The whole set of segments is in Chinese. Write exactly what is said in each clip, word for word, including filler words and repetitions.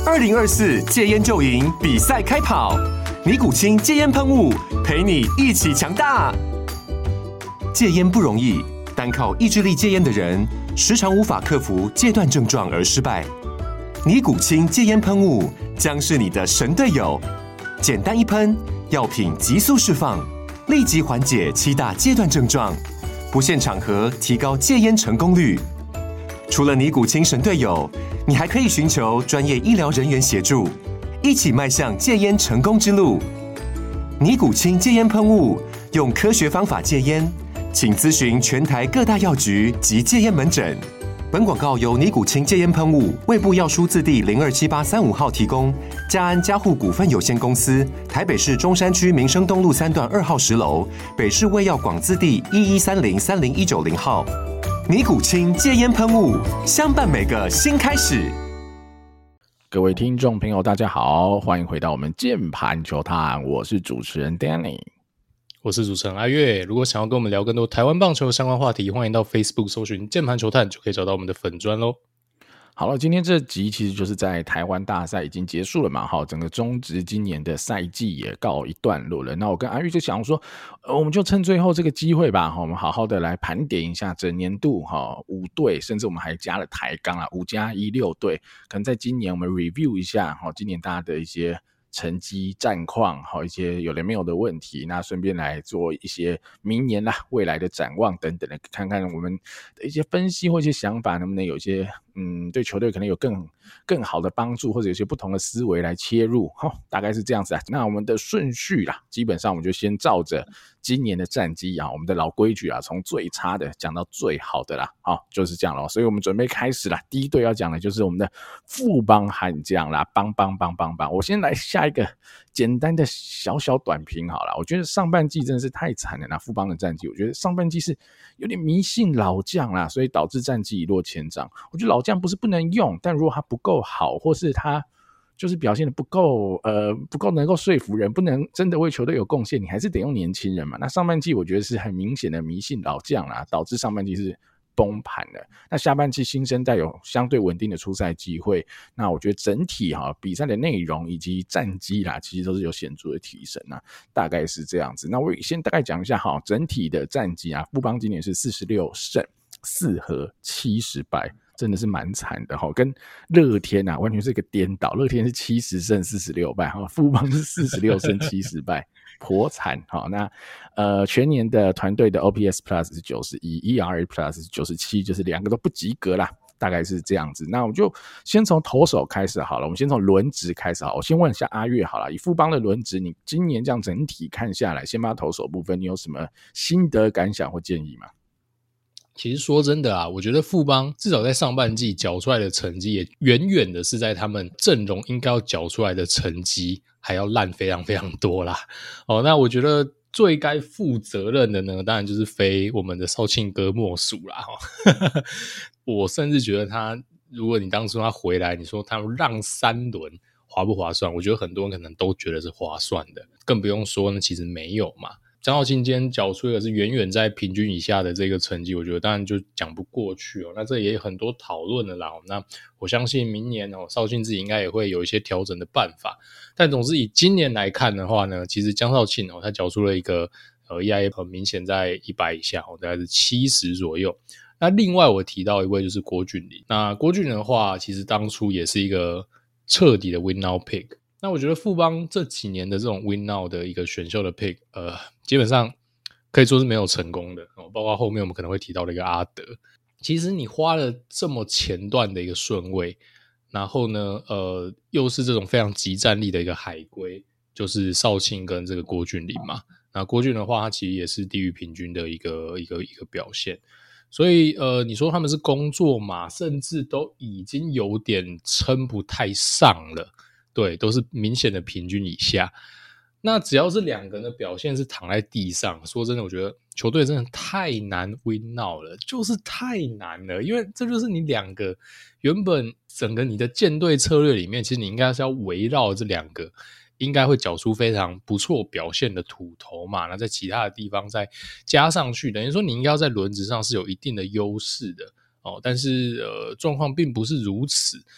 二零二四戒烟就赢比赛开跑，尼古清戒烟喷雾陪你一起强大。戒烟不容易，单靠意志力戒烟的人，时常无法克服戒断症状而失败。尼古清戒烟喷雾将是你的神队友，简单一喷，药品急速释放，立即缓解七大戒断症状，不限场合提高戒烟成功率。除了尼古清神队友，你还可以寻求专业医疗人员协助，一起迈向戒烟成功之路。尼古清戒烟喷雾，用科学方法戒烟，请咨询全台各大药局及戒烟门诊。本广告由尼古清戒烟喷雾、卫部药书字第零二七八三五号提供，嘉安嘉护股份有限公司，台北市中山区民生东路三段二号十楼，北市卫药广字第一一三零三零一九零号。尼古清戒烟喷雾，相伴每个新开始。 各位听众朋友大家好，欢迎回到我们键盘球探，我是主持人 Danny， 我是主持人阿月。如果想要跟我们聊更多台湾棒球相关话题，欢迎到 Facebook 搜寻键盘球探，就可以找到我们的粉专咯。 好了，今天这集其实就是在台湾大赛已经结束了嘛，好，整个中职今年的赛季也告一段落了。那我跟阿玉就想说，呃、我们就趁最后这个机会吧，我们好好的来盘点一下整年度哈五队，甚至我们还加了台钢啦，五加一六队，可能在今年我们 review 一下哈，今年大家的一些成绩战况，好一些有的没有的问题，那顺便来做一些明年啦未来的展望等等的，看看我们的一些分析或一些想法能不能有一些嗯对球队可能有更更好的帮助，或者有些不同的思维来切入，齁，大概是这样子啊。那我们的顺序啦，基本上我们就先照着今年的战绩啊，我们的老规矩啊，从最差的讲到最好的啦，好，就是这样咯。所以我们准备开始啦。第一队要讲的就是我们的富邦悍将啦，邦邦邦邦邦。我先来下一个简单的小小短评好了。我觉得上半季真的是太惨了啦，富邦的战绩，我觉得上半季是有点迷信老将啦，所以导致战绩一落千丈。我觉得老将不是不能用，但如果他不够好，或是他就是表现的不够呃不够能够说服人，不能真的为球队有贡献，你还是得用年轻人嘛。那上半季我觉得是很明显的迷信老将啦，导致上半季是崩盘了。那下半季新生代有相对稳定的出赛机会，那我觉得整体哈比赛的内容以及战绩啦，其实都是有显著的提升啊，大概是这样子。那我先大概讲一下哈，整体的战绩啊，富邦今年是四十六胜四和七十败。真的是蛮惨的齁，跟乐天啊完全是一个颠倒，乐天是七十胜四十六败齁，富邦是四十六胜七十败，颇惨齁。那呃全年的团队的 O P S Plus 是九十一 ，E R A Plus 是九十七，就是两个都不及格啦，大概是这样子。那我们就先从投手开始好了，我们先从轮值开始好了。我先问一下阿月好了，以富邦的轮值，你今年这样整体看下来，先把投手部分，你有什么心得感想或建议吗？ 其实说真的啊，我觉得富邦至少在上半季缴出来的成绩也远远的是在他们阵容应该要缴出来的成绩还要烂非常非常多啦。哦，那我觉得最该负责任的呢，当然就是非我们的少庆哥莫属啦。哦、我甚至觉得他，如果你当初他回来，你说他让三轮划不划算？我觉得很多人可能都觉得是划算的，更不用说呢，其实没有嘛。张浩庆今天缴出的是远远在平均以下的这个成绩，我觉得当然就讲不过去哦。那这也有很多讨论了啦。那我相信明年哦，少庆自己应该也会有一些调整的办法。但总之以今年来看的话呢，其实江少庆哦，他缴出了一个呃 E I A 很明显在一百以下哦，大概是七十左右。那另外我提到一位就是郭俊麟，那郭俊麟的话，其实当初也是一个彻底的 win now pick。那我觉得富邦这几年的这种 win now 的一个选秀的 pick， 呃，基本上可以说是没有成功的哦。包括后面我们可能会提到的一个阿德，其实你花了这么前段的一个顺位，然后呢，呃，又是这种非常极战力的一个海归，就是少庆跟这个郭俊麟嘛。那郭俊的话，他其实也是低于平均的一个一个一个表现。所以呃，你说他们是工作嘛，甚至都已经有点撑不太上了。对，都是明显的平均以下。那只要是两个人的表现是躺在地上，说真的，我觉得球队真的太难 win now 了，就是太难了。因为这就是你两个原本整个你的舰队策略里面，其实你应该是要围绕这两个应该会缴出非常不错表现的土头嘛，那在其他的地方再加上去，等于说你应该要在轮值上是有一定的优势的哦。但是呃，状况并不是如此。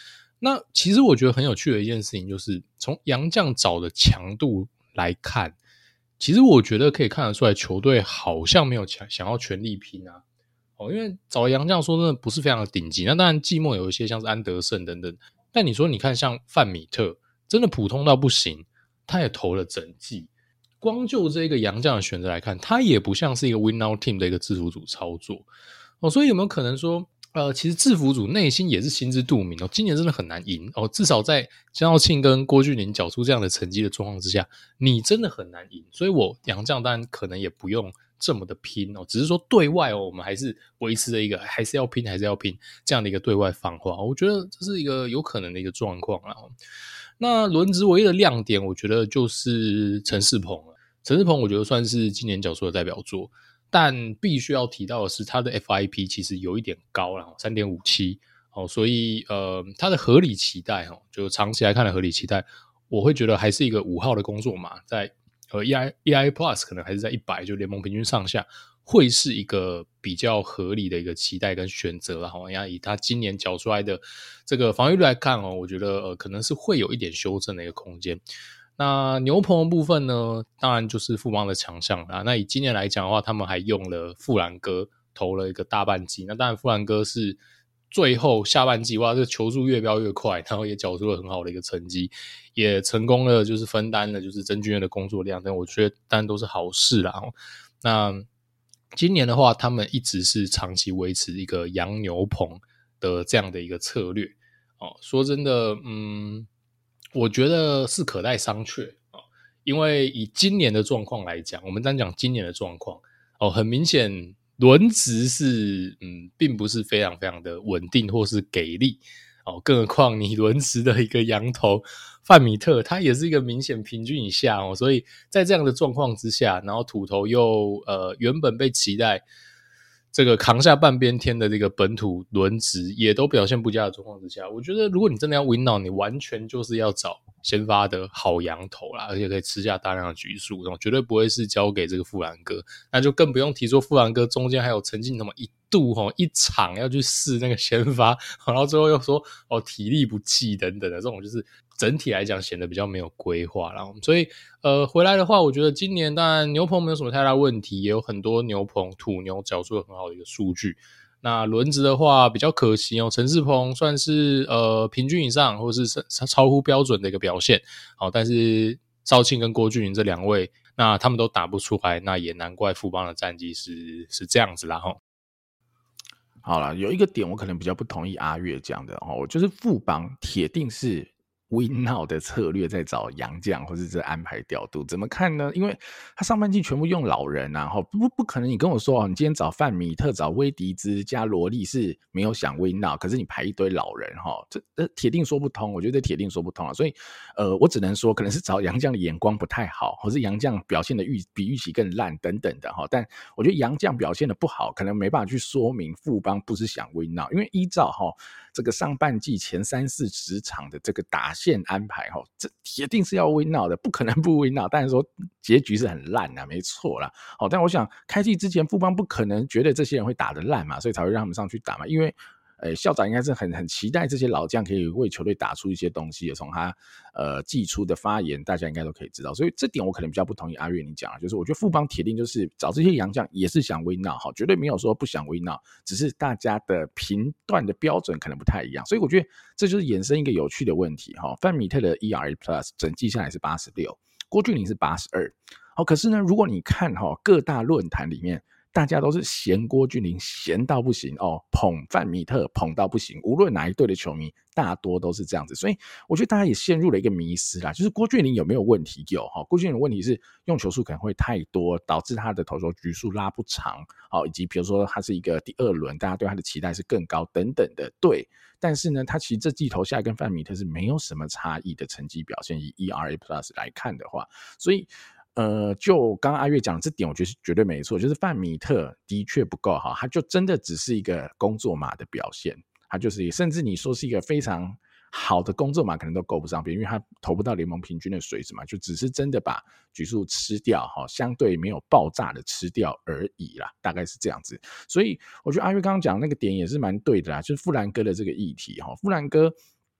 那其实我觉得很有趣的一件事情，就是从洋将找的强度来看，其实我觉得可以看得出来，球队好像没有想想要全力拼啊。哦，因为找洋将说真的不是非常的顶级，那当然季末有一些像是安德森等等，但你说你看像范米特，真的普通到不行，他也投了整季。光就这个洋将的选择来看，他也不像是一个 win now team 的一个制服组操作哦，所以有没有可能说，呃，其实制服组内心也是心知肚明哦，今年真的很难赢哦，至少在江耀庆跟郭俊麟缴出这样的成绩的状况之下，你真的很难赢，所以我洋将当然可能也不用这么的拼哦，只是说对外哦，我们还是维持了一个还是要拼还是要拼这样的一个对外放话，我觉得这是一个有可能的一个状况啦。那轮值唯一的亮点，我觉得就是陈世鹏了。陈世鹏我觉得算是今年缴出的代表作，但必须要提到的是他的 F I P 其实有一点高啦 三点五七、哦、所以呃他的合理期待、哦、就长期来看的合理期待，我会觉得还是一个五号的工作码，在呃 E I E I Plus 可能还是在一百，就联盟平均上下，会是一个比较合理的一个期待跟选择啦。哦，以他今年缴出来的这个防御率来看哦，我觉得呃可能是会有一点修正的一个空间。那牛棚的部分呢，当然就是富邦的强项啦。那以今年来讲的话，他们还用了富兰哥投了一个大半季。那当然富兰哥是最后下半季，哇，这个球速越飙越快，然后也缴出了很好的一个成绩，也成功了就是分担了就是曾俊岳的工作量，但我觉得当然都是好事啦。那今年的话，他们一直是长期维持一个洋牛棚的这样的一个策略。哦，说真的，嗯。我觉得是可待商榷、哦、因为以今年的状况来讲，我们单讲今年的状况哦，很明显轮值是嗯，并不是非常非常的稳定或是给力哦，更何况你轮值的一个洋投范米特，他也是一个明显平均以下哦，所以在这样的状况之下，然后土投又呃原本被期待这个扛下半边天的这个本土轮值也都表现不佳的状况之下，我觉得如果你真的要 win now， 你完全就是要找先发的好洋投啦，而且可以吃下大量的局数，绝对不会是交给这个富兰哥，那就更不用提说富兰哥中间还有曾经什么一度齁一场要去试那个先发，然后最后又说哦体力不济等等的，这种就是整体来讲显得比较没有规划啦。所以呃回来的话，我觉得今年当然牛棚没有什么太大问题，也有很多牛棚土牛缴出了很好的一个数据。那轮值的话比较可惜哦，陈世鹏算是呃平均以上或是超乎标准的一个表现，好，但是少庆跟郭俊麟这两位，那他们都打不出来，那也难怪富邦的战绩是是这样子啦齁。 好啦，有一个点我可能比较不同意阿月讲的哦，就是富邦铁定是win now 的策略在找洋将或是这安排调度，怎么看呢？因为他上半季全部用老人啊，不不可能你跟我说哦，你今天找范米特、找威迪兹加罗利是没有想 win now， 可是你排一堆老人哈，这这铁定说不通，我觉得铁定说不通啊。所以呃，我只能说可能是找洋将的眼光不太好，或是洋将表现的预比预期更烂等等的哈。但我觉得洋将表现的不好，可能没办法去说明富邦不是想 win now， 因为依照哈这个上半季前三四十场的这个打线安排，这铁定是要 win now 的，不可能不 win now。当然说结局是很烂啊，没错啦。但我想开季之前富邦不可能觉得这些人会打得烂嘛，所以才会让他们上去打嘛。因为呃，校长应该是很很期待这些老将可以为球队打出一些东西的，从他呃季初的发言，大家应该都可以知道。所以这点我可能比较不同意阿月你讲的，就是我觉得富邦铁定就是找这些洋将也是想 win now， 绝对没有说不想 win now， 只是大家的评断的标准可能不太一样。所以我觉得这就是衍生一个有趣的问题哈。范米特的 E R A Plus 整季下来是八十六，郭俊麟是八十二。好，可是呢，如果你看哈各大论坛里面，大家都是嫌郭俊麟嫌到不行哦，捧范米特捧到不行，无论哪一队的球迷大多都是这样子，所以我觉得大家也陷入了一个迷思啦，就是郭俊麟有没有问题？有哈，郭俊麟的问题是用球数可能会太多，导致他的投球局数拉不长，好，以及比如说他是一个第二轮，大家对他的期待是更高等等的，对。但是呢，他其实这季投下来跟范米特是没有什么差异的成绩表现，以 E R A Plus 来看的话，所以。呃，就刚刚阿月讲的这点，我觉得是绝对没错，就是范米特的确不够好，他就真的只是一个工作码的表现，他就是甚至你说是一个非常好的工作码，可能都够不上别人，因为他投不到联盟平均的水准嘛，就只是真的把局数吃掉，相对没有爆炸的吃掉而已啦，大概是这样子。所以我觉得阿月刚刚讲那个点也是蛮对的啦，就是富兰哥的这个议题，富兰哥。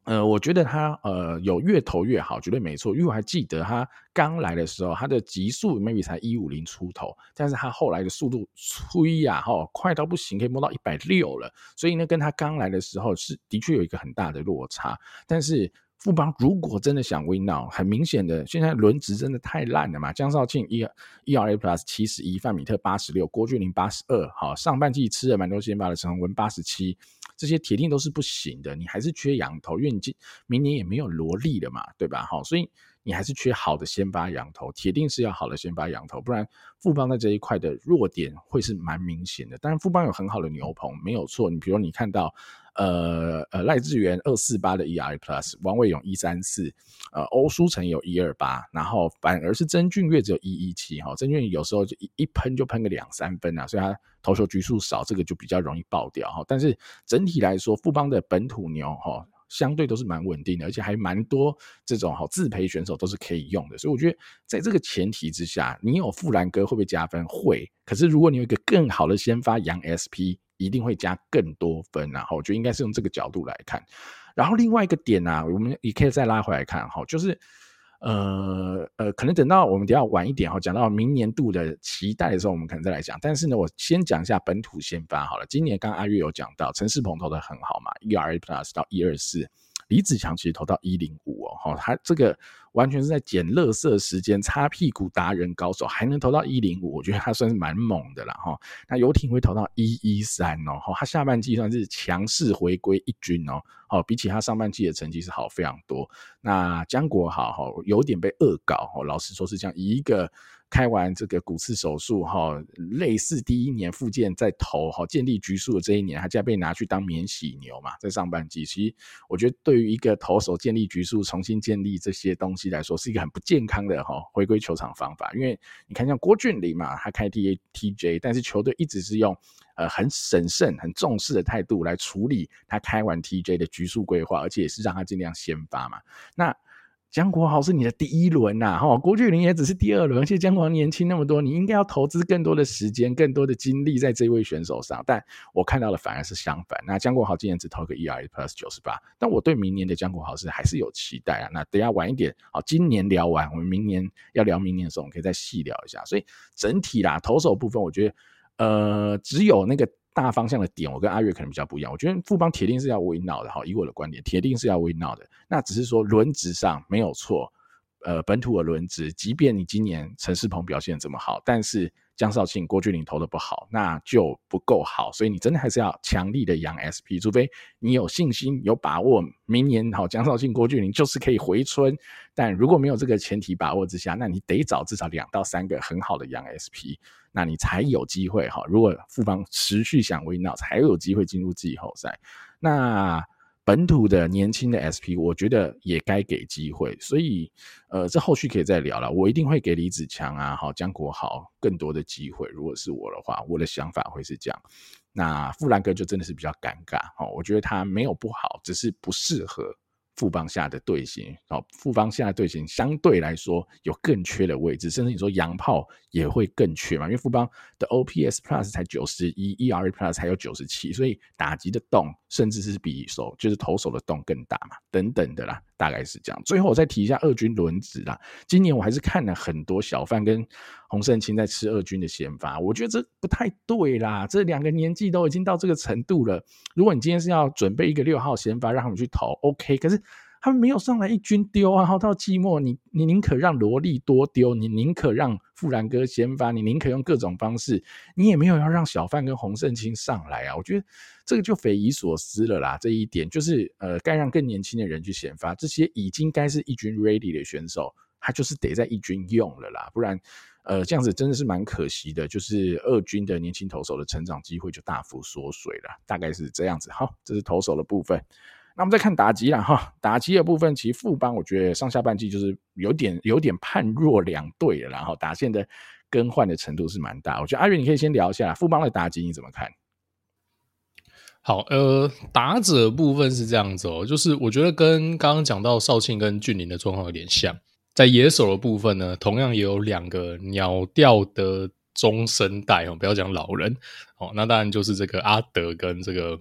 呃，我觉得他呃有越投越好，绝对没错。因为我还记得他刚来的时候，他的极速 maybe 才一五零出头，但是他后来的速度吹呀、啊，哈，快到不行，可以摸到一百六了。所以呢，跟他刚来的时候是的确有一个很大的落差。但是富邦如果真的想 win now， 很明显的，现在轮值真的太烂了嘛。江少庆 E R A Plus 七十一，范米特八十六，郭俊麟八十二，好，上半季吃了蛮多先发的陈宏文八十七。这些铁定都是不行的，你还是缺洋投，因为你明年也没有罗力了嘛，对吧？好，所以你还是缺好的先发洋投，铁定是要好的先发洋投，不然富邦在这一块的弱点会是蛮明显的。当然富邦有很好的牛棚，没有错。你比如你看到呃呃赖志源二四八的 E R A Plus， 王卫勇一三四，呃欧舒成有一二八，然后反而是曾峻岳只有一一七，哈，曾峻岳有时候就一一喷就喷个两三分啊，所以他投球局数少，这个就比较容易爆掉哈。但是整体来说，富邦的本土牛哈，相对都是蛮稳定的，而且还蛮多这种好自培选手都是可以用的。所以我觉得在这个前提之下，你有富兰哥会不会加分？会。可是如果你有一个更好的先发杨 S P， 一定会加更多分啊。我觉得应该是用这个角度来看。然后另外一个点啊，我们也可以再拉回来看哈，就是呃呃，可能等到我们等一下晚一点哈，讲到明年度的期待的时候，我们可能再来讲。但是呢，我先讲一下本土先发好了。今年刚刚阿月有讲到，陈世鹏投的很好嘛 ，E R A Plus 到一二四，李子强其实投到一零五哦，他这个完全是在捡垃圾时间，擦屁股达人高手，还能投到一零五，我觉得他算是蛮猛的啦哈。那游艇会投到一一三哦，他下半季算是强势回归一军哦，哦，比起他上半季的成绩是好非常多。那江国豪哈有点被恶搞，老实说是这样，以一个开完这个骨刺手术哈，类似第一年复健在投哈建立局数的这一年，他竟然被拿去当免洗牛嘛，在上半季，其实我觉得对于一个投手建立局数、重新建立这些东西来说，是一个很不健康的哈回归球场方法。因为你看像郭俊麟嘛，他开 T J， 但是球队一直是用呃很审慎、很重视的态度来处理他开完 T J 的局数规划，而且也是让他尽量先发嘛。那江国豪是你的第一轮呐、啊，郭俊麟也只是第二轮，而且江国豪年轻那么多，你应该要投资更多的时间、更多的精力在这位选手上。但我看到的反而是相反。那江国豪今年只投个 E R A Plus 九十八，但我对明年的江国豪是还是有期待啊。那等一下晚一点，好，今年聊完，我们明年要聊明年的时候，我们可以再细聊一下。所以整体啦，投手部分，我觉得呃，只有那个大方向的点，我跟阿月可能比较不一样。我觉得富邦铁定是要 win now 的，好，以我的观点，铁定是要 win now 的。那只是说轮值上没有错，呃，本土的轮值，即便你今年陈世鹏表现这么好，但是江少庆、郭俊麟投的不好，那就不够好。所以你真的还是要强力的养 S P， 除非你有信心、有把握，明年好江少庆、郭俊麟就是可以回春。但如果没有这个前提把握之下，那你得找至少两到三个很好的养 S P， 那你才有机会哈。如果富邦持续想 win now， 才有机会进入季后赛。那本土的年轻的 S P 我觉得也该给机会，所以呃，这后续可以再聊了。我一定会给李子强啊、好江国豪更多的机会，如果是我的话，我的想法会是这样。那富兰哥就真的是比较尴尬、哦、我觉得他没有不好，只是不适合富邦下的队形、哦、富邦下的队形相对来说有更缺的位置，甚至你说洋炮也会更缺嘛，因为富邦的 O P S Plus 才九十一 E R A Plus 才有九十七，所以打击的洞甚至是比手就是投手的洞更大嘛，等等的啦，大概是这样。最后我再提一下二军轮值啦，今年我还是看了很多小范跟洪胜清在吃二军的先发，我觉得这不太对啦，这两个年纪都已经到这个程度了，如果你今天是要准备一个六号先发让他们去投 OK， 可是他们没有上来一军丢啊，然后到季末你你宁可让罗力多丢，你宁可让富兰哥先发，你宁可用各种方式，你也没有要让小范跟洪胜清上来啊，我觉得这个就匪夷所思了啦。这一点就是呃，该让更年轻的人去先发，这些已经该是一军 ready 的选手，他就是得在一军用了啦，不然呃，这样子真的是蛮可惜的，就是二军的年轻投手的成长机会就大幅缩水了，大概是这样子。好，这是投手的部分。那我们再看打击啦哈，打击的部分其实富邦我觉得上下半季就是有点有点判若两队了啦，然后打线的更换的程度是蛮大。我觉得阿月你可以先聊一下富邦的打击你怎么看？ 好，呃，打者部分是这样子哦，就是我觉得跟刚刚讲到少庆跟俊麟的状况有点像，在野手的部分呢，同样也有两个鸟调的中生代哦，不要讲老人哦，那当然就是这个阿德跟这个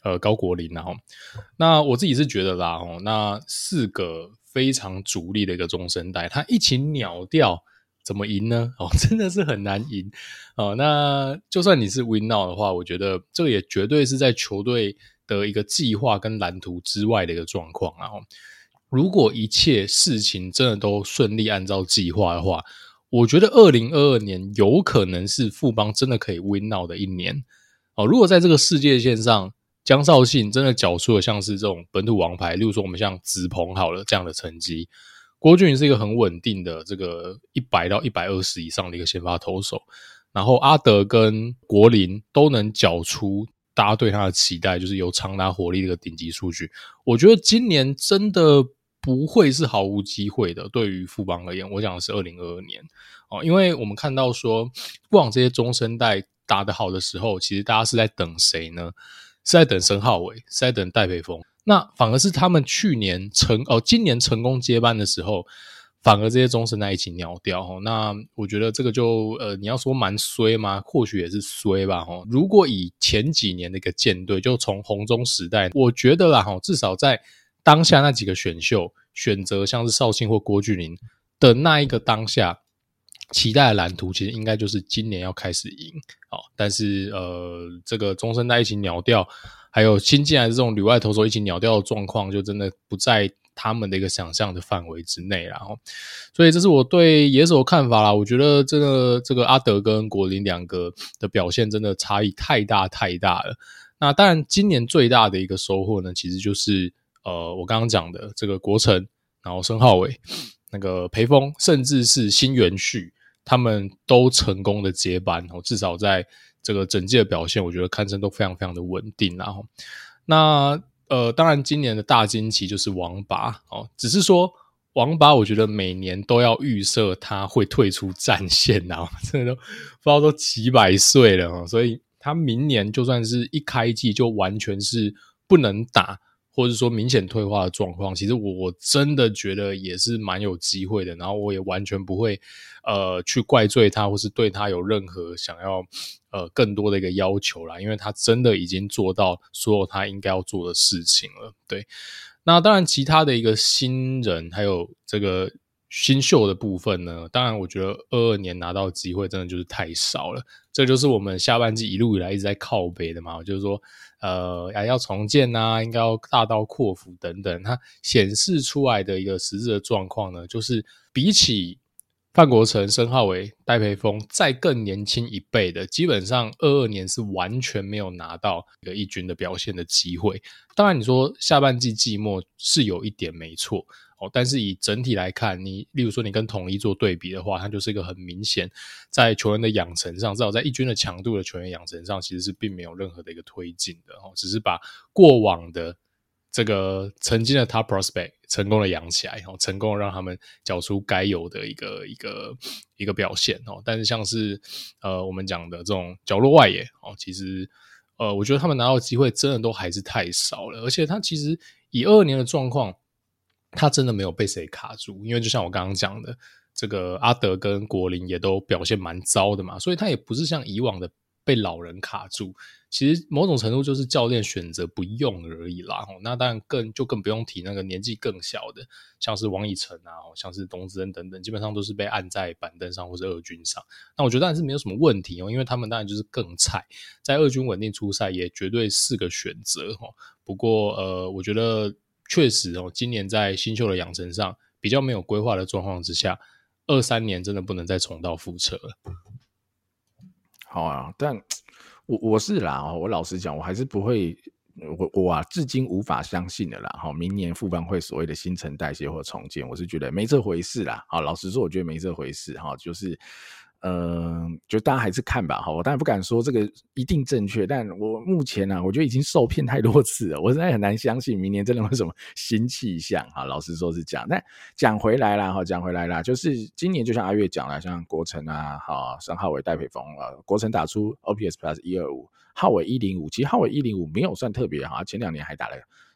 呃高国林啊。那我自己是觉得啦，哦，那四个非常主力的一个中生代，他一起鸟掉。怎么赢呢？哦，真的是很难赢哦。那就算你是 win now 的话，我觉得这个也绝对是在球队的一个计划跟蓝图之外的一个状况啊。如果一切事情真的都顺利按照计划的话，我觉得二零二二年有可能是富邦真的可以 win now 的一年哦。如果在这个世界线上，江少信真的缴出了像是这种本土王牌，例如说我们像子鹏好了这样的成绩。郭俊是一个很稳定的这个一百到一百二十以上的一个先发投手，然后阿德跟国林都能缴出大家对他的期待，就是有长打火力的一个顶级数据。我觉得今年真的不会是毫无机会的，对于富邦而言，我讲的是二零二二年哦，因为我们看到说过往这些中生代打得好的时候，其实大家是在等谁呢？是在等申浩瑋，是在等戴培峰。那反而是他们去年成哦，今年成功接班的时候，反而这些中生代一起鸟掉哦。那我觉得这个就呃，你要说蛮衰吗？或许也是衰吧哦。如果以前几年的一个舰队，就从红中时代，我觉得啦哈，至少在当下那几个选秀选择像是少庆或郭俊麟的那一个当下，期待的蓝图其实应该就是今年要开始赢哦。但是呃，这个中生代一起鸟掉。还有新进来的这种旅外投手一起鸟掉的状况，就真的不在他们的一个想象的范围之内啦。所以这是我对野手的看法啦。我觉得这个这个阿德跟国林两个的表现真的差异太大太大了。那当然，今年最大的一个收获呢，其实就是呃我刚刚讲的这个国成，然后申浩瑋、那个培峰，甚至是新元旭，他们都成功的接班，至少在这个整季的表现，我觉得堪称都非常非常的稳定啦。那呃，当然今年的大惊奇就是王拔哦，只是说王拔，我觉得每年都要预设他会退出战线啊，真的都不知道都几百岁了哦，所以他明年就算是一开季就完全是不能打，或者说明显退化的状况，其实我我真的觉得也是蛮有机会的，然后我也完全不会呃去怪罪他，或是对他有任何想要呃更多的一个要求啦，因为他真的已经做到所有他应该要做的事情了。对，那当然其他的一个新人还有这个新秀的部分呢，当然我觉得二二年拿到的机会真的就是太少了，这就是我们下半季一路以来一直在靠北的嘛，就是说呃要重建啊，应该要大刀阔斧等等，它显示出来的一个实质的状况呢，就是比起范国成、申浩瑋、戴培峰再更年轻一辈的，基本上二二年是完全没有拿到一个一军的表现的机会。当然你说下半季季末是有一点没错哦，但是以整体来看，你例如说你跟统一做对比的话，它就是一个很明显在球员的养成上，至少在一军的强度的球员养成上，其实是并没有任何的一个推进的哦，只是把过往的这个曾经的 top prospect 成功的养起来，成功的让他们缴出该有的一个一个一个表现。但是像是呃我们讲的这种角落外野，其实呃我觉得他们拿到的机会真的都还是太少了，而且他其实以二二年的状况，他真的没有被谁卡住，因为就像我刚刚讲的，这个阿德跟国林也都表现蛮糟的嘛，所以他也不是像以往的被老人卡住，其实某种程度就是教练选择不用而已啦。那当然更就更不用提那个年纪更小的，像是王以诚啊，像是董子恩等等，基本上都是被按在板凳上或是二军上。那我觉得当然是没有什么问题哦，因为他们当然就是更菜，在二军稳定出赛也绝对是个选择哦。不过呃，我觉得确实哦，今年在新秀的养成上比较没有规划的状况之下，二三年真的不能再重蹈覆辙了。 好啊，但我我是啦，我老实讲，我还是不会，我我啊，至今无法相信的啦。哈，明年富邦会所谓的新陈代谢或重建，我是觉得没这回事啦。好，老实说，我觉得没这回事。哈，就是，嗯、呃，就大家还是看吧。哈，我当然不敢说这个一定正确，但我目前呢、啊，我觉得已经受骗太多次了，我实在很难相信明年真的会什么新气象。哈，老实说是这样。但讲回来啦，哈，讲回来啦，就是今年就像阿月讲了，像国成啊，哈，申浩瑋、戴培峰啊，国成打出 O P S Plus 一二五。浩瑋一零五，其实浩瑋一零五没有算特别好，前两年还打了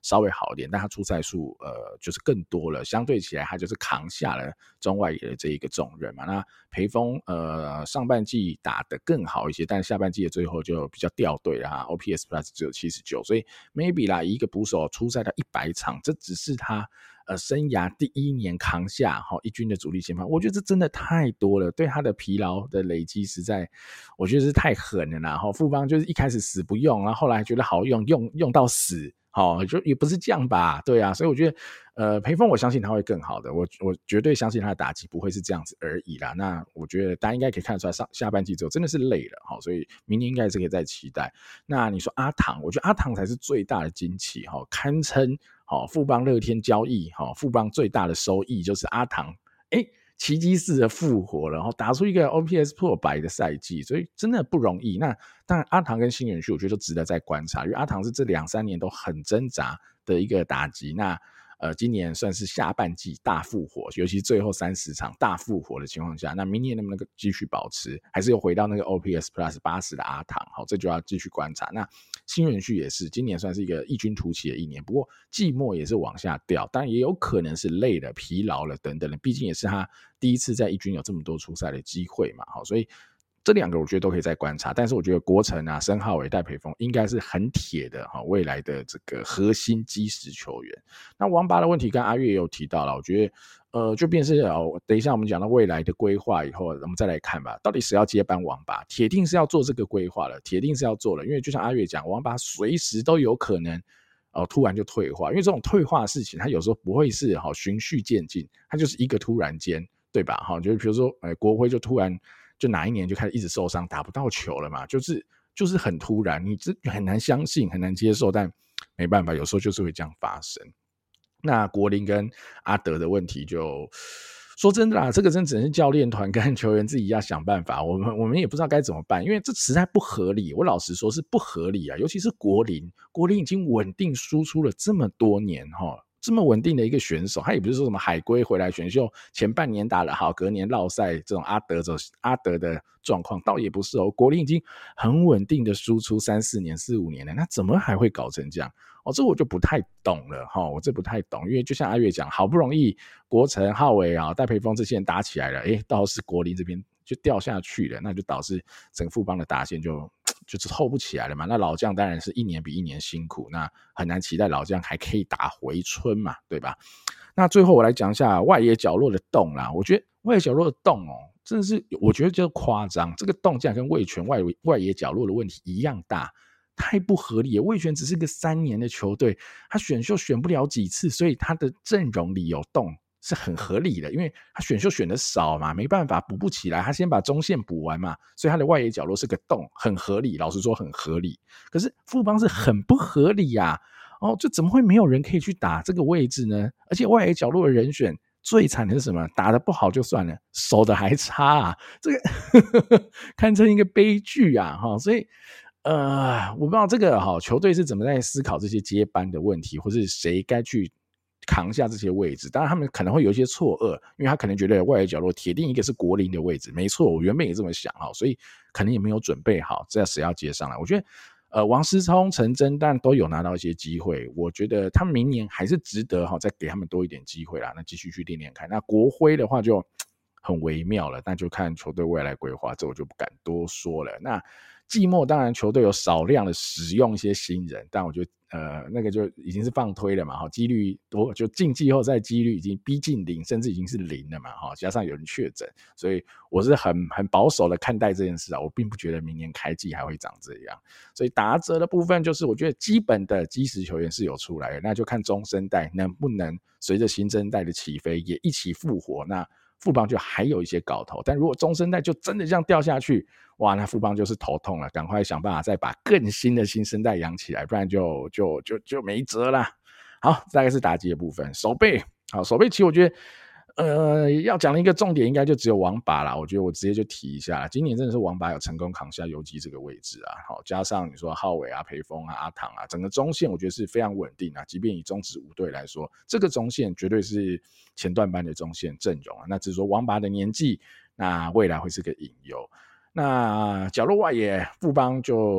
稍微好一点，但他出赛数呃就是更多了，相对起来他就是扛下了中外野的这一个重任嘛。那裴锋呃上半季打得更好一些，但下半季的最后就比较掉队了哈 ，O P S Plus 只有七十九，所以 maybe 啦，一个捕手出赛到一百场，这只是他呃生涯第一年扛下哈一军的主力先发，我觉得这真的太多了，对他的疲劳的累积实在，我觉得是太狠了啦。哈，富邦就是一开始死不用，然后后来觉得好用，用用到死。好、哦，就也不是这样吧，对啊，所以我觉得，呃，裴锋我相信他会更好的，我我绝对相信他的打击不会是这样子而已啦。那我觉得大家应该可以看得出来，上下半季之后真的是累了，好、哦，所以明年应该是可以再期待。那你说阿唐，我觉得阿唐才是最大的惊奇，哈、哦，堪称好、哦、富邦乐天交易，哈、哦，富邦最大的收益就是阿唐，哎。奇迹式的复活了，然后打出一个 O P S 破百的赛季，所以真的不容易。那当然，阿唐跟新元旭，我觉得都值得再观察，因为阿唐是这两三年都很挣扎的一个打击。那呃，今年算是下半季大复活，尤其最后三十场大复活的情况下，那明年能不能继续保持，还是又回到那个 O P S Plus 八十的阿唐？好，这就要继续观察。那新元旭也是，今年算是一个异军突起的一年，不过季末也是往下掉，当然也有可能是累了、疲劳了等等的，毕竟也是他第一次在一军有这么多出赛的机会嘛，好，所以这两个我觉得都可以再观察，但是我觉得国成啊、申浩伟、戴培峰应该是很铁的哈，未来的这个核心基石球员。那王拔的问题跟阿月也有提到了，我觉得呃，就便是哦，等一下我们讲到未来的规划以后，我们再来看吧，到底谁要接班王拔？铁定是要做这个规划了，铁定是要做了，因为就像阿月讲，王拔随时都有可能。哦，突然就退化，因为这种退化的事情，它有时候不会是好循序渐进，它就是一个突然间，对吧？哈，就是比如说，哎，国辉就突然就哪一年就开始一直受伤，打不到球了嘛，就是就是很突然，你这很难相信，很难接受，但没办法，有时候就是会这样发生。那国林跟阿德的问题就。说真的啦，这个真只能是教练团跟球员自己要想办法，我们我们也不知道该怎么办，因为这实在不合理。我老实说是不合理啊，尤其是国林，国林已经稳定输出了这么多年哈，这么稳定的一个选手，他也不是说什么海归回来选秀，前半年打得好，隔年落赛这种阿德这种阿德的状况，倒也不是哦。国林已经很稳定的输出三四年、四五年了，那怎么还会搞成这样？哦，这我就不太懂了哈，我这不太懂，因为就像阿月讲，好不容易国成、浩伟啊、戴培峰这些人打起来了，哎，倒是国林这边就掉下去了，那就导致整个富邦的打线就就是凑不起来了嘛。那老将当然是一年比一年辛苦，那很难期待老将还可以打回春嘛，对吧？那最后我来讲一下外野角落的洞啦，我觉得外野角落的洞哦，真的是我觉得就夸张，这个洞竟然跟味全外外野角落的问题一样大。太不合理了，味全只是个三年的球队，他选秀选不了几次，所以他的阵容里有洞是很合理的，因为他选秀选的少嘛，没办法补不起来，他先把中线补完嘛，所以他的外野角落是个洞，很合理，老实说很合理。可是富邦是很不合理呀、啊，哦，这怎么会没有人可以去打这个位置呢？而且外野角落的人选最惨的是什么？打得不好就算了，守得还差啊，这个呵呵堪称一个悲剧啊，哈，所以。呃，我不知道这个哈球队是怎么在思考这些接班的问题，或是谁该去扛下这些位置。当然，他们可能会有一些错愕，因为他可能觉得外野角落铁定一个是国林的位置，没错，我原本也这么想哈，所以可能也没有准备好，这谁要接上来？我觉得，呃，王思聪、陈真但都有拿到一些机会，我觉得他们明年还是值得哈，再给他们多一点机会啦，那继续去练练看。那国辉的话就很微妙了，那就看球队未来规划，这我就不敢多说了。那季末当然球队有少量的使用一些新人，但我觉得呃那个就已经是放推了嘛，哈，几率多就进季后赛几率已经逼近零，甚至已经是零了嘛，哈，加上有人确诊，所以我是很很保守的看待这件事啊，我并不觉得明年开季还会长这样，所以打折的部分就是我觉得基本的基石球员是有出来的，那就看中生代能不能随着新生代的起飞也一起复活，那富邦就还有一些搞头，但如果中生代就真的这样掉下去，哇，那富邦就是头痛了，赶快想办法再把更新的新生代养起来，不然就就就就没辙啦。好，大概是打击的部分，守备好，守备其实我觉得。呃，要讲的一个重点应该就只有王拔啦，我觉得我直接就提一下，今年真的是王拔有成功扛下游击这个位置啊，好，加上你说浩伟啊、培峰啊、阿唐啊，整个中线我觉得是非常稳定啊，即便以中职五队来说，这个中线绝对是前段班的中线阵容啊，那只是说王拔的年纪，那未来会是个隐忧。那角落外野富邦就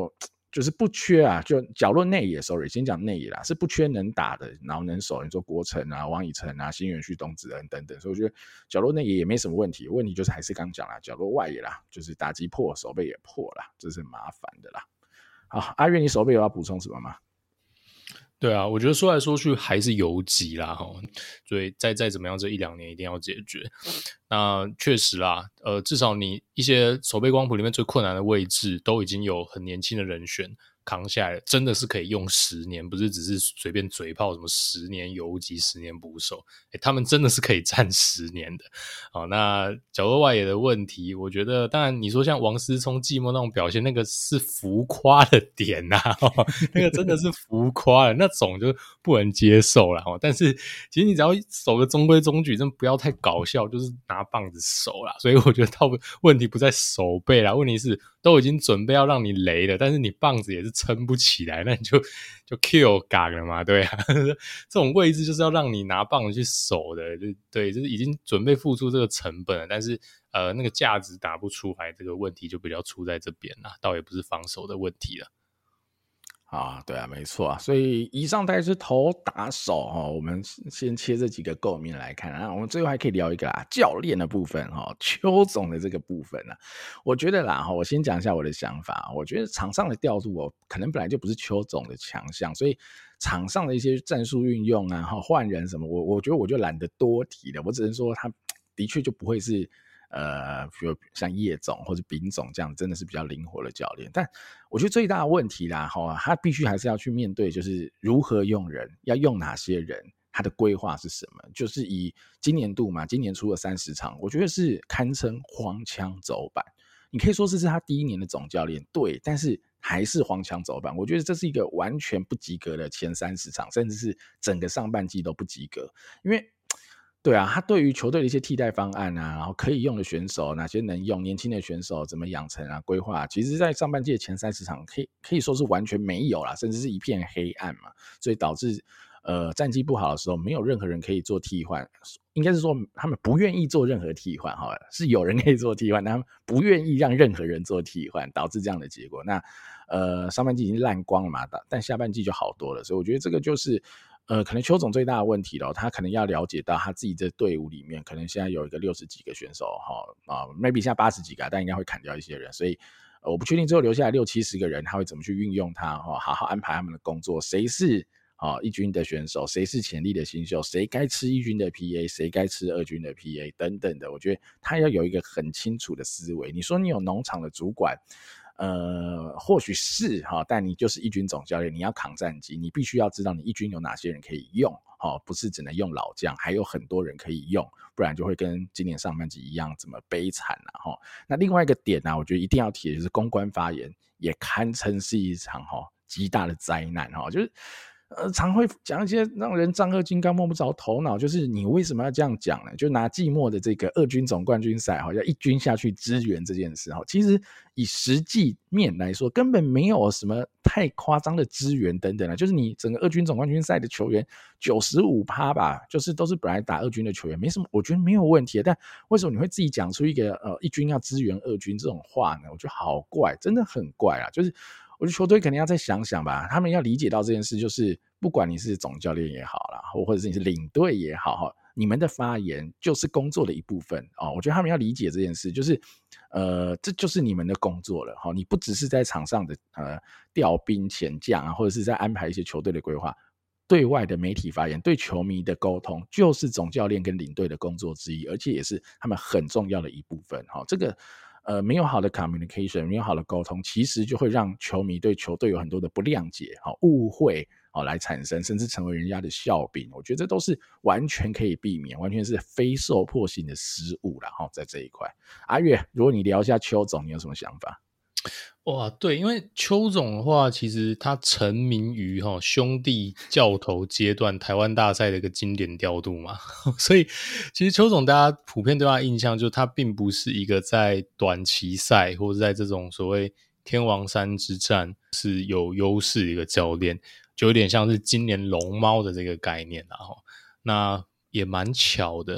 就是不缺啊，就角落内野 ，sorry， 先讲内野啦，是不缺能打的，然后能守，你说国城啊、王以诚啊、新元旭、董子恩等等，所以我觉得角落内野也没什么问题，问题就是还是刚讲啦，角落外野啦，就是打击破，守备也破啦，这是麻烦的啦。好，阿月，你守备有要补充什么吗？ 对啊，我觉得说来说去还是游击啦，所以再再怎么样，这一两年一定要解决。那确实啦，呃，至少你一些守备光谱里面最困难的位置，都已经有很年轻的人选扛下来了，真的是可以用十年，不是只是随便嘴炮什么十年游击、十年捕手，诶他们真的是可以站十年的。好，那角落外野的问题，我觉得当然你说像王思聪季末那种表现，那个是浮夸的点啊，哦、那个真的是浮夸的，那种就不能接受啦。哦、但是其实你只要守个中规中矩，真的不要太搞笑，就是拿棒子守啦。所以我觉得倒问题不在守备啦，问题是都已经准备要让你雷了，但是你棒子也是撑不起来，那你就就 kill 港了嘛，对啊，这种位置就是要让你拿棒子去守的，就对，就是已经准备付出这个成本了，但是呃那个价值打不出来，这个问题就比较出在这边啦，倒也不是防守的问题了。 啊，对啊，没错啊，所以以上大概是投打手哈，我们先切这几个构面来看啊，我们最后还可以聊一个啊教练的部分哈，邱总的这个部分啊，我觉得啦哈，我先讲一下我的想法，我觉得场上的调度哦，可能本来就不是邱总的强项，所以场上的一些战术运用啊，哈换人什么，我我觉得我就懒得多提了，我只能说他的确就不会是。呃，比如像叶总或者丙总这样，真的是比较灵活的教练。但我觉得最大的问题啦，哈，他必须还是要去面对，就是如何用人，要用哪些人，他的规划是什么？就是以今年度嘛，今年出了三十场，我觉得是堪称荒腔走板。你可以说这是他第一年的总教练，对，但是还是荒腔走板。我觉得这是一个完全不及格的前三十场，甚至是整个上半季都不及格，因为。对啊，他对于球队的一些替代方案啊，然后可以用的选手，哪些能用，年轻的选手怎么养成啊，规划，其实在上半季的前三十场可以可以说是完全没有啦，甚至是一片黑暗嘛，所以导致呃战绩不好的时候，没有任何人可以做替换，应该是说他们不愿意做任何替换哈，是有人可以做替换，但他们不愿意让任何人做替换，导致这样的结果。那呃上半季已经烂光了嘛，但下半季就好多了，所以我觉得这个就是。呃，可能邱总最大的问题了，他可能要了解到他自己这队伍里面，可能现在有一个六十几个选手哈啊 ，maybe 现在八十几个，但应该会砍掉一些人，所以、呃、我不确定最后留下来六七十个人，他会怎么去运用他哈，好好安排他们的工作，谁是啊一军的选手，谁是潜力的新秀，谁该吃一军的 P A， 谁该吃二军的 P A 等等的，我觉得他要有一个很清楚的思维。你说你有农场的主管。呃，或许是哈，但你就是一军总教练，你要扛战绩，你必须要知道你一军有哪些人可以用，哈，不是只能用老将，还有很多人可以用，不然就会跟今年上半季一样这么悲惨啊，哈。那另外一个点呢、啊，我觉得一定要提的就是公关发言，也堪称是一场哈极大的灾难哈，就是。呃，常会讲一些让人丈二金刚摸不着头脑，就是你为什么要这样讲呢？就拿季末的这个二军总冠军赛，好像一军下去支援这件事，其实以实际面来说，根本没有什么太夸张的支援等等，就是你整个二军总冠军赛的球员 百分之九十五 吧，就是都是本来打二军的球员，没什么，我觉得没有问题。但为什么你会自己讲出一个呃一军要支援二军这种话呢？我觉得好怪，真的很怪啊，就是。我觉得球队肯定要再想想吧，他们要理解到这件事，就是不管你是总教练也好啦，或者是你是领队也好，你们的发言就是工作的一部分哦。我觉得他们要理解这件事，就是呃，这就是你们的工作了哈。你不只是在场上的呃调兵遣将啊，或者是在安排一些球队的规划，对外的媒体发言、对球迷的沟通，就是总教练跟领队的工作之一，而且也是他们很重要的一部分哈。这个。呃，没有好的 communication， 没有好的沟通，其实就会让球迷对球队有很多的不谅解、误会来产生，甚至成为人家的笑柄。我觉得这都是完全可以避免，完全是非受迫性的失误啦。在这一块，阿月，如果你聊一下邱总，你有什么想法？ 哇，对，因为邱总的话，其实他成名于哈兄弟教头阶段台湾大赛的一个经典调度嘛，所以其实邱总大家普遍对他的印象就是他并不是一个在短期赛或者在这种所谓天王山之战是有优势的一个教练，就有点像是今年龙猫的这个概念啊。那也蛮巧的，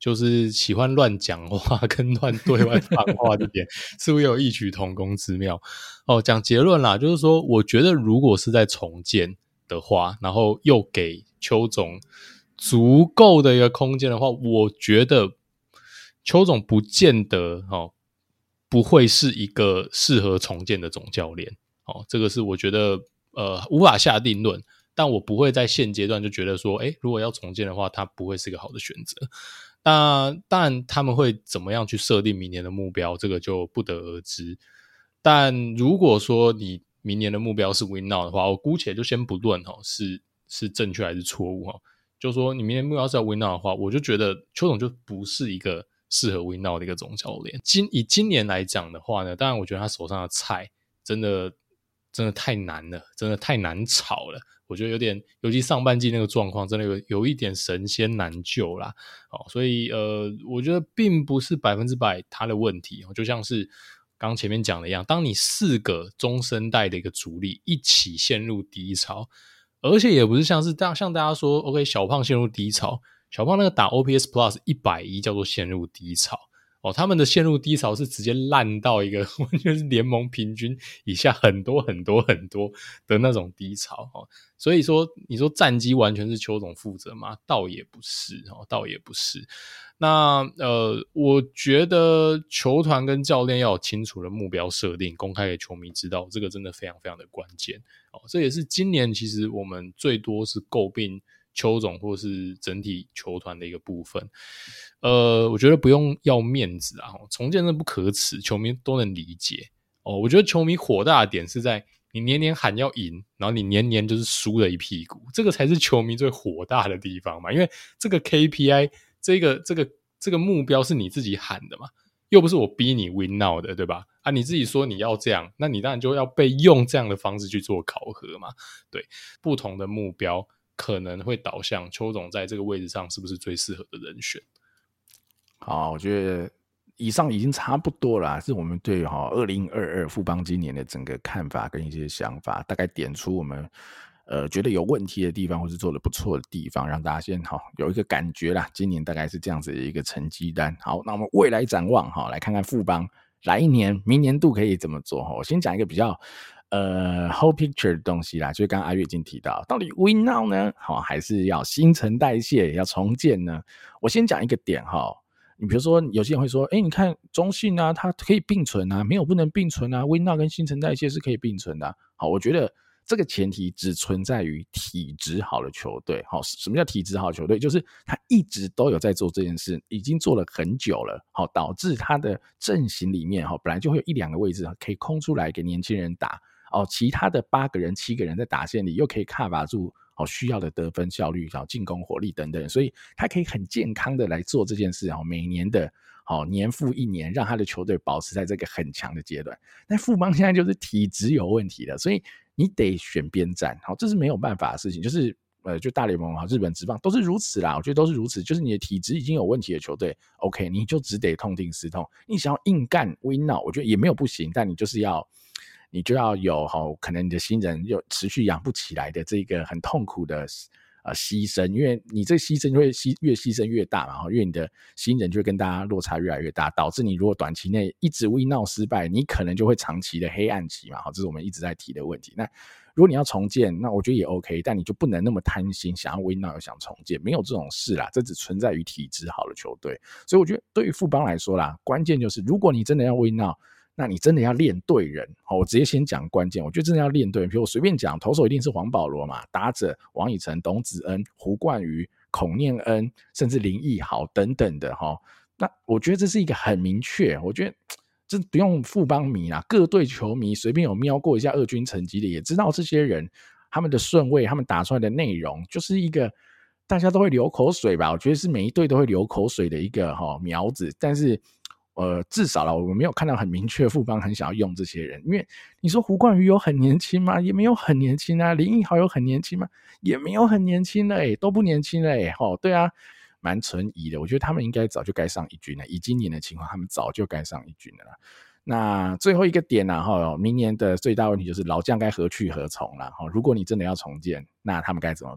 就是喜欢乱讲话跟乱对外放话这点似乎也有异曲同工之妙。哦，讲结论啦，就是说我觉得如果是在重建的话，然后又给邱总足够的一个空间的话，我觉得邱总不见得哦不会是一个适合重建的总教练。哦，这个是我觉得呃无法下定论，但我不会在现阶段就觉得说，诶，如果要重建的话，它不会是一个好的选择。那当然他们会怎么样去设定明年的目标，这个就不得而知。但如果说你明年的目标是 win now 的话，我姑且就先不论齁是是正确还是错误齁，就说你明年目标是要 win now 的话，我就觉得邱总就不是一个适合 win now 的一个总教练。今以今年来讲的话呢，当然我觉得他手上的菜真的真的太难了，真的太难炒了。我觉得有点，尤其上半季那个状况，真的有有一点神仙难救啦。哦，所以呃，我觉得并不是百分之百他的问题，就像是刚前面讲的一样，当你四个中生代的一个主力一起陷入低潮，而且也不是像是大像大家说 ，OK， 小胖陷入低潮，小胖那个打 O P S Plus 一百一叫做陷入低潮。哦，他们的陷入低潮是直接烂到一个完全是联盟平均以下很多很多很多的那种低潮。哦，所以说你说战绩完全是邱总负责吗？倒也不是，哦，倒也不是。那呃，我觉得球团跟教练要有清楚的目标设定，公开给球迷知道，这个真的非常非常的关键。哦，这也是今年其实我们最多是诟病邱总或是整体球团的一个部分。呃，我觉得不用要面子啊，重建真的不可耻，球迷都能理解。哦，我觉得球迷火大的点是在你年年喊要赢，然后你年年就是输了一屁股，这个才是球迷最火大的地方嘛。因为这个 K P I 这个这个这个目标是你自己喊的嘛，又不是我逼你 win now 的，对吧？啊，你自己说你要这样，那你当然就要被用这样的方式去做考核嘛。对，不同的目标可能会导向邱总在这个位置上是不是最适合的人选。 好，我觉得以上已经差不多了，是我们对二零二二富邦今年的整个看法跟一些想法，大概点出我们呃觉得有问题的地方或是做得不错的地方，让大家先好有一个感觉啦。今年大概是这样子的一个成绩单。好，那我们未来展望哈，来看看富邦来一年明年度可以怎么做。我先讲一个比较呃 whole picture 的东西啦，就是刚刚阿月已经提到，到底 win now 呢，好还是要新陈代谢要重建呢？我先讲一个点哈。你比如说，有些人会说，哎，你看中信啊，它可以并存啊，没有不能并存啊 ，win now 跟新陈代谢是可以并存的啊。好，我觉得这个前提只存在于体质好的球队。好，什么叫体质好的球队？就是他一直都有在做这件事，已经做了很久了。好，导致他的阵型里面，哈，本来就会有一两个位置可以空出来给年轻人打。哦，其他的八个人、七个人在打线里又可以 cover 住。好，需要的得分效率、好进攻火力等等，所以他可以很健康的来做这件事。每年的好年复一年，让他的球队保持在这个很强的阶段。但富邦现在就是体质有问题了，所以你得选边站。好，这是没有办法的事情，就是呃，就大联盟日本职棒都是如此啦。我觉得都是如此，就是你的体质已经有问题的球队 ，OK， 你就只得痛定思痛。你想要硬干 win now， 我觉得也没有不行，但你就是要。你就要有可能你的新人又持续养不起来的这个很痛苦的呃牺牲，因为你这牺牲就会越牺牲越大嘛，因为你的新人就会跟大家落差越来越大，导致你如果短期内一直 win now 失败，你可能就会长期的黑暗期嘛，这是我们一直在提的问题。那如果你要重建，那我觉得也 OK， 但你就不能那么贪心，想要 win now 又想重建，没有这种事啦，这只存在于体质好的球队。所以我觉得对于富邦来说啦，关键就是如果你真的要 win now，那你真的要练对人。好，我直接先讲关键，我觉得真的要练对人。比如我随便讲，投手一定是黄保罗嘛，打者王以诚、董子恩、胡冠宇、孔念恩，甚至林奕豪等等的哈。那我觉得这是一个很明确，我觉得这不用富邦迷啦，各队球迷随便有瞄过一下二军成绩的，也知道这些人他们的顺位，他们打出来的内容，就是一个大家都会流口水吧。我觉得是每一队都会流口水的一个哈苗子，但是。呃，至少啦，我没有看到很明确富邦很想要用这些人，因为你说胡冠宇有很年轻吗？也没有很年轻啊。林奕豪有很年轻吗？也没有很年轻了、欸，都不年轻了、欸，齁，对啊，蛮存疑的。我觉得他们应该早就该上一军了，以今年的情况，他们早就该上一军了啦。那最后一个点啊，齁，明年的最大问题就是老将该何去何从啦。齁，如果你真的要重建，那他们该怎么办？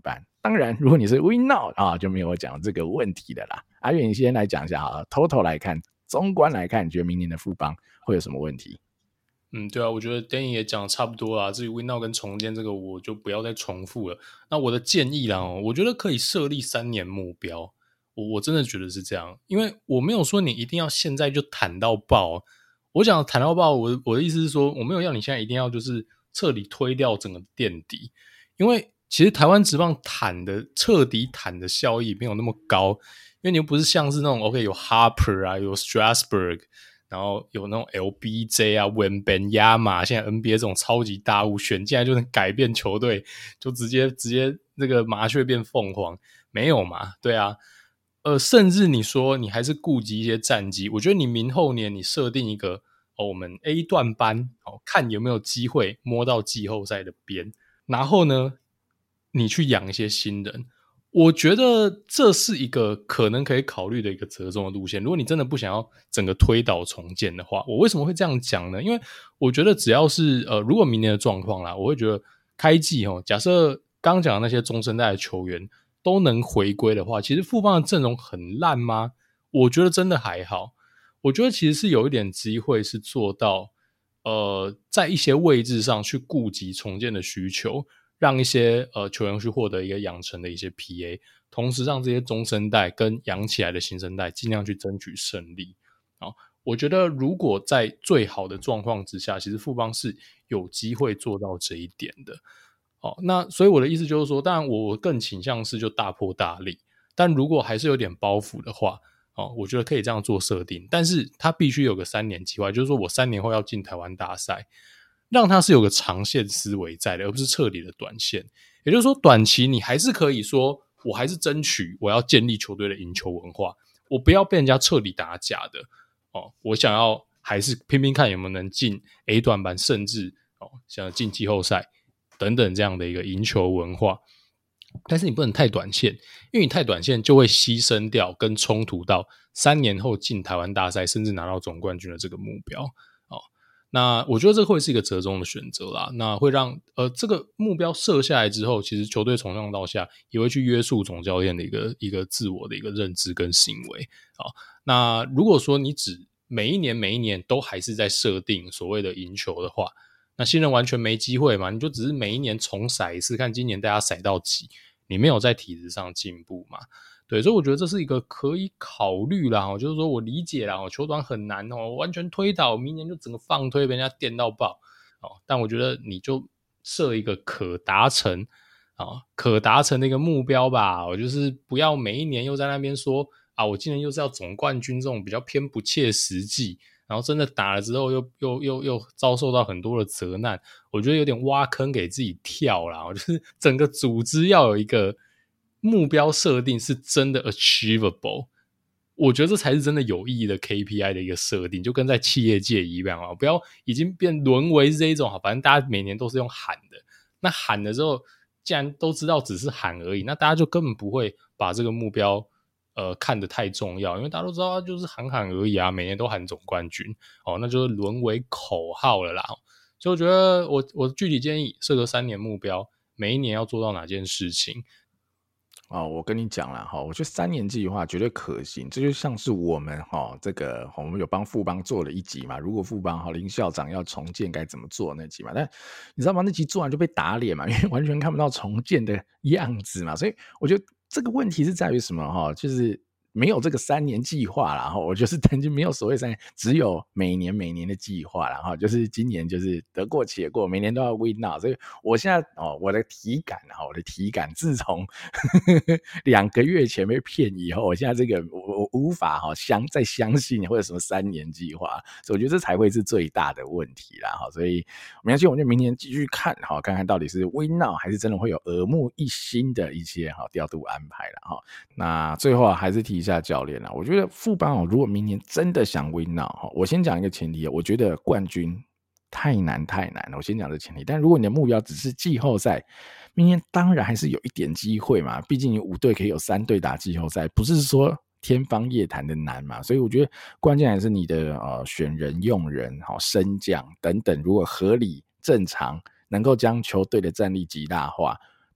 当然如果你是 Win Now 啊，就没有讲这个问题的啦。阿月你先来讲一下好了 total 来看，纵观来看，你觉得明年的富邦会有什么问题？ 嗯，对啊，我觉得 Danny 也讲的差不多啦。至于 Win Now 跟重建这个，我就不要再重复了。那我的建议啦、哦，我觉得可以设立三年目标。我我真的觉得是这样，因为我没有说你一定要现在就谈到爆。我讲谈到爆，我我的意思是说，我没有要你现在一定要就是彻底推掉整个垫底，因为其实台湾职棒谈的彻底谈的效益没有那么高，因为你又不是像是那种 OK 有 Harper 啊，有 Strasburg。然后有那种 L B J 啊 Wembanyama 现在 N B A 这种超级大物选进来就能改变球队，就直接直接那个麻雀变凤凰，没有嘛？对啊，呃，甚至你说你还是顾及一些战绩，我觉得你明后年你设定一个哦，我们 A 段班哦，看有没有机会摸到季后赛的边，然后呢，你去养一些新人。我觉得这是一个可能可以考虑的一个折中的路线。如果你真的不想要整个推倒重建的话，我为什么会这样讲呢？因为我觉得只要是呃，如果明年的状况啦，我会觉得开季哦，假设刚刚讲的那些中生代的球员都能回归的话，其实富邦的阵容很烂吗？我觉得真的还好。我觉得其实是有一点机会是做到呃，在一些位置上去顾及重建的需求。让一些呃球员去获得一个养成的一些 P A， 同时让这些中生代跟养起来的新生代尽量去争取胜利。好，我觉得如果在最好的状况之下，其实富邦是有机会做到这一点的。好，那所以我的意思就是说，当然我更倾向是就大破大立，但如果还是有点包袱的话，哦，我觉得可以这样做设定，但是它必须有个三年计划，就是说我三年后要进台湾大赛。让它是有个长线思维在的，而不是彻底的短线。也就是说，短期你还是可以说，我还是争取我要建立球队的赢球文化，我不要被人家彻底打假的哦。我想要还是拼拼看有没有能进 A 段班，甚至哦想进季后赛等等这样的一个赢球文化。但是你不能太短线，因为你太短线就会牺牲掉跟冲突到三年后进台湾大赛，甚至拿到总冠军的这个目标哦。那我觉得这会是一个折中的选择啦，那会让呃这个目标设下来之后，其实球队从上到下也会去约束总教练的一个一个自我的一个认知跟行为。好，那如果说你只每一年每一年都还是在设定所谓的赢球的话，那新人完全没机会嘛，你就只是每一年重骰一次，看今年大家骰到几，你没有在体质上进步嘛。对，所以我觉得这是一个可以考虑啦，就是说我理解啦，球团很难哦，完全推倒，明年就整个放推被人家电到爆哦。但我觉得你就设一个可达成啊，可达成的一个目标吧。我就是不要每一年又在那边说啊，我今年又是要总冠军，这种比较偏不切实际。然后真的打了之后又又又又遭受到很多的责难，我觉得有点挖坑给自己跳啦。我就是整个组织要有一个目标设定是真的 achievable， 我觉得这才是真的有意义的 K P I 的一个设定，就跟在企业界一样啊，不要已经变沦为这一种，反正大家每年都是用喊的，那喊的时候既然都知道只是喊而已，那大家就根本不会把这个目标呃看得太重要，因为大家都知道就是喊喊而已啊，每年都喊总冠军哦，那就是沦为口号了啦。所以我觉得我我具体建议设个三年目标，每一年要做到哪件事情。 哦，我跟你讲啦哈，我觉得三年计划绝对可行，这就像是我们哈这个我们有帮富邦做了一集嘛，如果富邦哈林校长要重建该怎么做那集嘛，但你知道吗？那集做完就被打脸嘛，因为完全看不到重建的样子嘛，所以我觉得这个问题是在于什么哈，就是没有这个三年计划啦，我就是曾经没有所谓三年，只有每年每年的计划，然后就是今年就是得过且过，每年都要 win now， 所以我现在哦，我的体感啊，我的体感，自从两个月前被骗以后，我现在这个我我无法哈相再相信会有什么三年计划，所以我觉得这才会是最大的问题啦，哈，所以没关系，我们就明年继续看，哈，看看到底是 win now 还是真的会有耳目一新的一些哈调度安排啦，哈。那最后啊，还是提一下教练啦，我觉得富邦哦，如果明年真的想 win now， 我先讲一个前提，我觉得冠军太难太难了，我先讲这前提。但如果你的目标只是季后赛，明年当然还是有一点机会嘛，毕竟你五队可以有三队打季后赛，不是说天方夜谭的难嘛，所以我觉得关键还是你的呃选人用人、好升降等等，如果合理正常，能够将球队的战力极大化。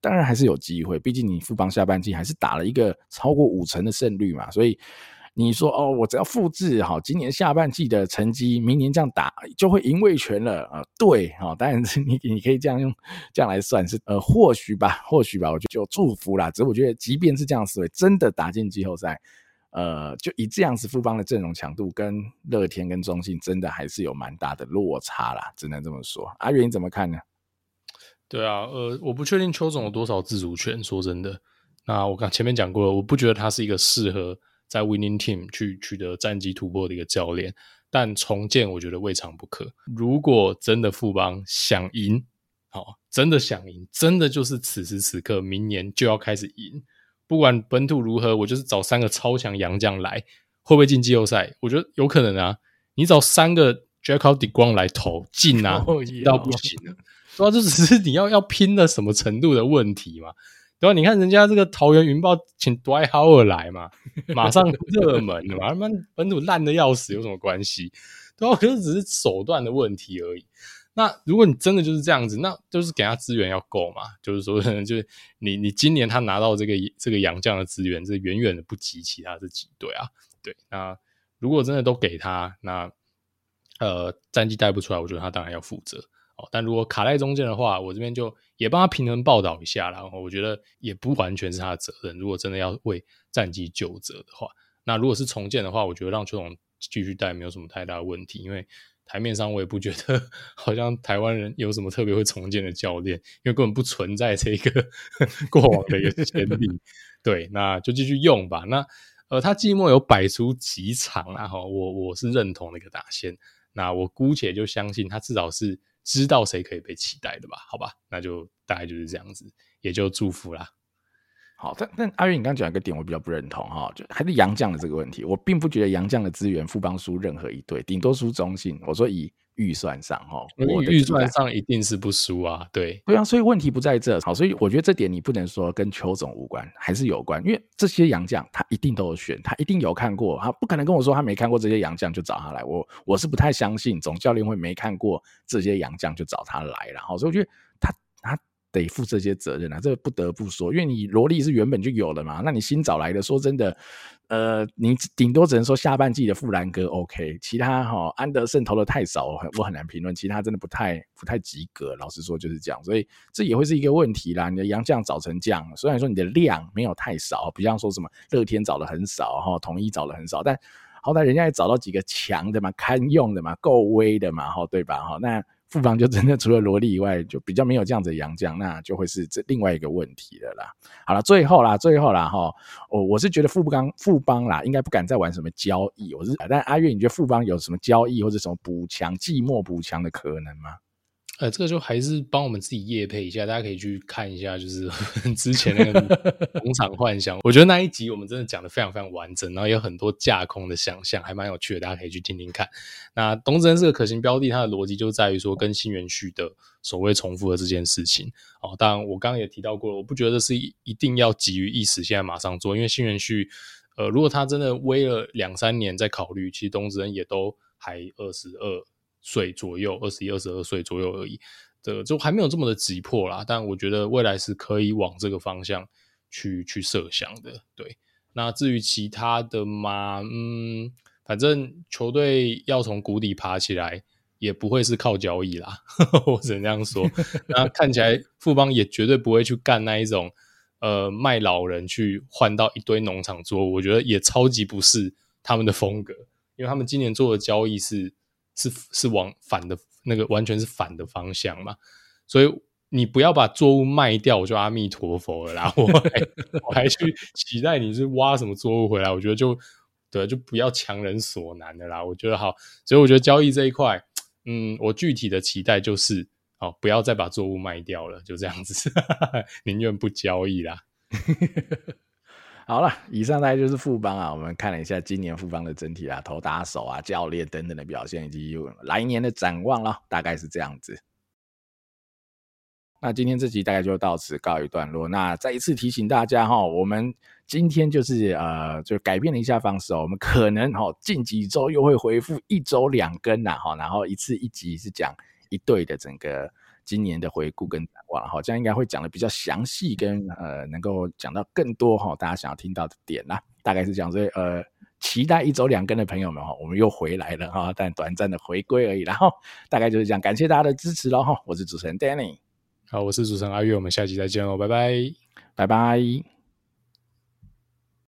当然还是有机会，毕竟你富邦下半季还是打了一个超过五成的胜率嘛，所以你说哦，我只要复制好今年下半季的成绩，明年这样打就会赢味全了啊、呃？对啊、哦，当然是你你可以这样用这样来算是呃或许吧，或许吧，我就祝福啦。只是我觉得，即便是这样思维，真的打进季后赛，呃，就以这样子富邦的阵容强度，跟乐天跟中信真的还是有蛮大的落差啦，只能这么说。阿元你怎么看呢？ 对啊，呃，我不确定邱总有多少自主权，说真的。那我刚前面讲过了，我不觉得他是一个适合在 winning team 去取得战绩突破的一个教练，但重建我觉得未尝不可。如果真的富邦想赢，好，真的想赢，真的就是此时此刻，明年就要开始赢。不管本土如何，我就是找三个超强洋将来，会不会进季后赛？我觉得有可能啊。你找三个 Jacob deGrom 来投进啊，进到不行了。对啊，这只是你要要拼了什么程度的问题嘛，对吧？你看人家这个桃园云豹请 Dwight Howard 来嘛，马上热门了嘛，他们本土烂的要死，有什么关系？对啊，我觉得只是手段的问题而已。那如果你真的就是这样子，那就是给他资源要够嘛，就是说，就是你你今年他拿到这个这个洋将的资源，这远远的不及其他这几队啊。对，那如果真的都给他，那呃战绩带不出来，我觉得他当然要负责。但如果卡在中间的话，我这边就也帮他平衡报道一下啦，然后我觉得也不完全是他的责任，如果真的要为战绩究责的话，那如果是重建的话，我觉得让邱总继续带没有什么太大的问题，因为台面上我也不觉得好像台湾人有什么特别会重建的教练，因为根本不存在这个过往的一个潜力。对，那就继续用吧。那呃，他季末有摆出几场啊，我我是认同那个打线，那我姑且就相信他至少是知道谁可以被期待的吧，好吧，那就大概就是这样子，也就祝福啦。 好，但但阿元，你刚刚讲一个点，我比较不认同哈，就还是洋将的这个问题。我并不觉得洋将的资源富邦输任何一队，顶多输中信。我说以预算上哈， 我的预算上一定是不输啊，对对啊，所以问题不在这。好，所以我觉得这点你不能说跟邱总无关，还是有关，因为这些洋将他一定都有选，他一定有看过，他不可能跟我说他没看过这些洋将就找他来。我我是不太相信总教练会没看过这些洋将就找他来了。好，所以我觉得他他。得负这些责任啊，这个不得不说，因为你罗力是原本就有了嘛，那你新找来的，说真的，呃，你顶多只能说下半季的富兰哥 OK， 其他哈、哦、安德森投的太少，我很难评论，其他真的不太不太及格，老实说就是这样，所以这也会是一个问题啦。你的洋将找成这样，虽然说你的量没有太少，不像说什么乐天找的很少哈，统一找的很少，但好歹人家也找到几个强的嘛，堪用的嘛，够威的嘛，对吧？那富邦就真的除了罗力以外，就比较没有这样子的洋将，那就会是这另外一个问题了啦。好了，最后啦，最后啦，哈，我我是觉得富邦富邦啦，应该不敢再玩什么交易。我是，但阿月，你觉得富邦有什么交易或者什么补强、季末补强的可能吗？ 呃，这个就还是帮我们自己业配一下，大家可以去看一下，就是之前那个农场幻想，我觉得那一集我们真的讲得非常非常完整，然后有很多架空的想象，还蛮有趣的，大家可以去听听看。那东芝这个可行标的，它的逻辑就在于说跟新元旭的所谓重复的这件事情。哦，当然我刚刚也提到过了，我不觉得是一定要急于一时，现在马上做，因为新元旭，呃，如果他真的威了两三年再考虑，其实东芝人也都还二十二。岁左右，二十一、二十二岁左右而已，这个就还没有这么的急迫啦。但我觉得未来是可以往这个方向去去设想的。对，那至于其他的嘛，嗯，反正球队要从谷底爬起来，也不会是靠交易啦，我只能这样说。那看起来富邦也绝对不会去干那一种呃卖老人去换到一堆农场作物，我觉得也超级不是他们的风格，因为他们今年做的交易是。是是往反的那个完全是反的方向嘛，所以你不要把作物卖掉，我就阿弥陀佛了啦。我还我还去期待你是挖什么作物回来，我觉得就对，就不要强人所难的啦。我觉得好，所以我觉得交易这一块，嗯，我具体的期待就是好，不要再把作物卖掉了，就这样子，宁愿不交易啦。 好了，以上大概就是富邦啊，我们看了一下今年富邦的整体啊，投打手啊、教练等等的表现，以及来年的展望了，大概是这样子。那今天这集大概就到此告一段落。那再一次提醒大家哈，我们今天就是呃，就改变了一下方式哦，我们可能哈近几周又会回复一周两更啦哈，然后一次一集是讲一队的整个今年的回顾跟展望哈，这样应该会讲的比较详细，跟呃能够讲到更多哈大家想要听到的点啦，大概是这样，所以呃期待一周两更的朋友们哈，我们又回来了哈，但短暂的回归而已啦哈，大概就是这样，感谢大家的支持咯哈，我是主持人 Danny， 好，我是主持人阿月，我们下期再见喽，拜拜， 拜拜。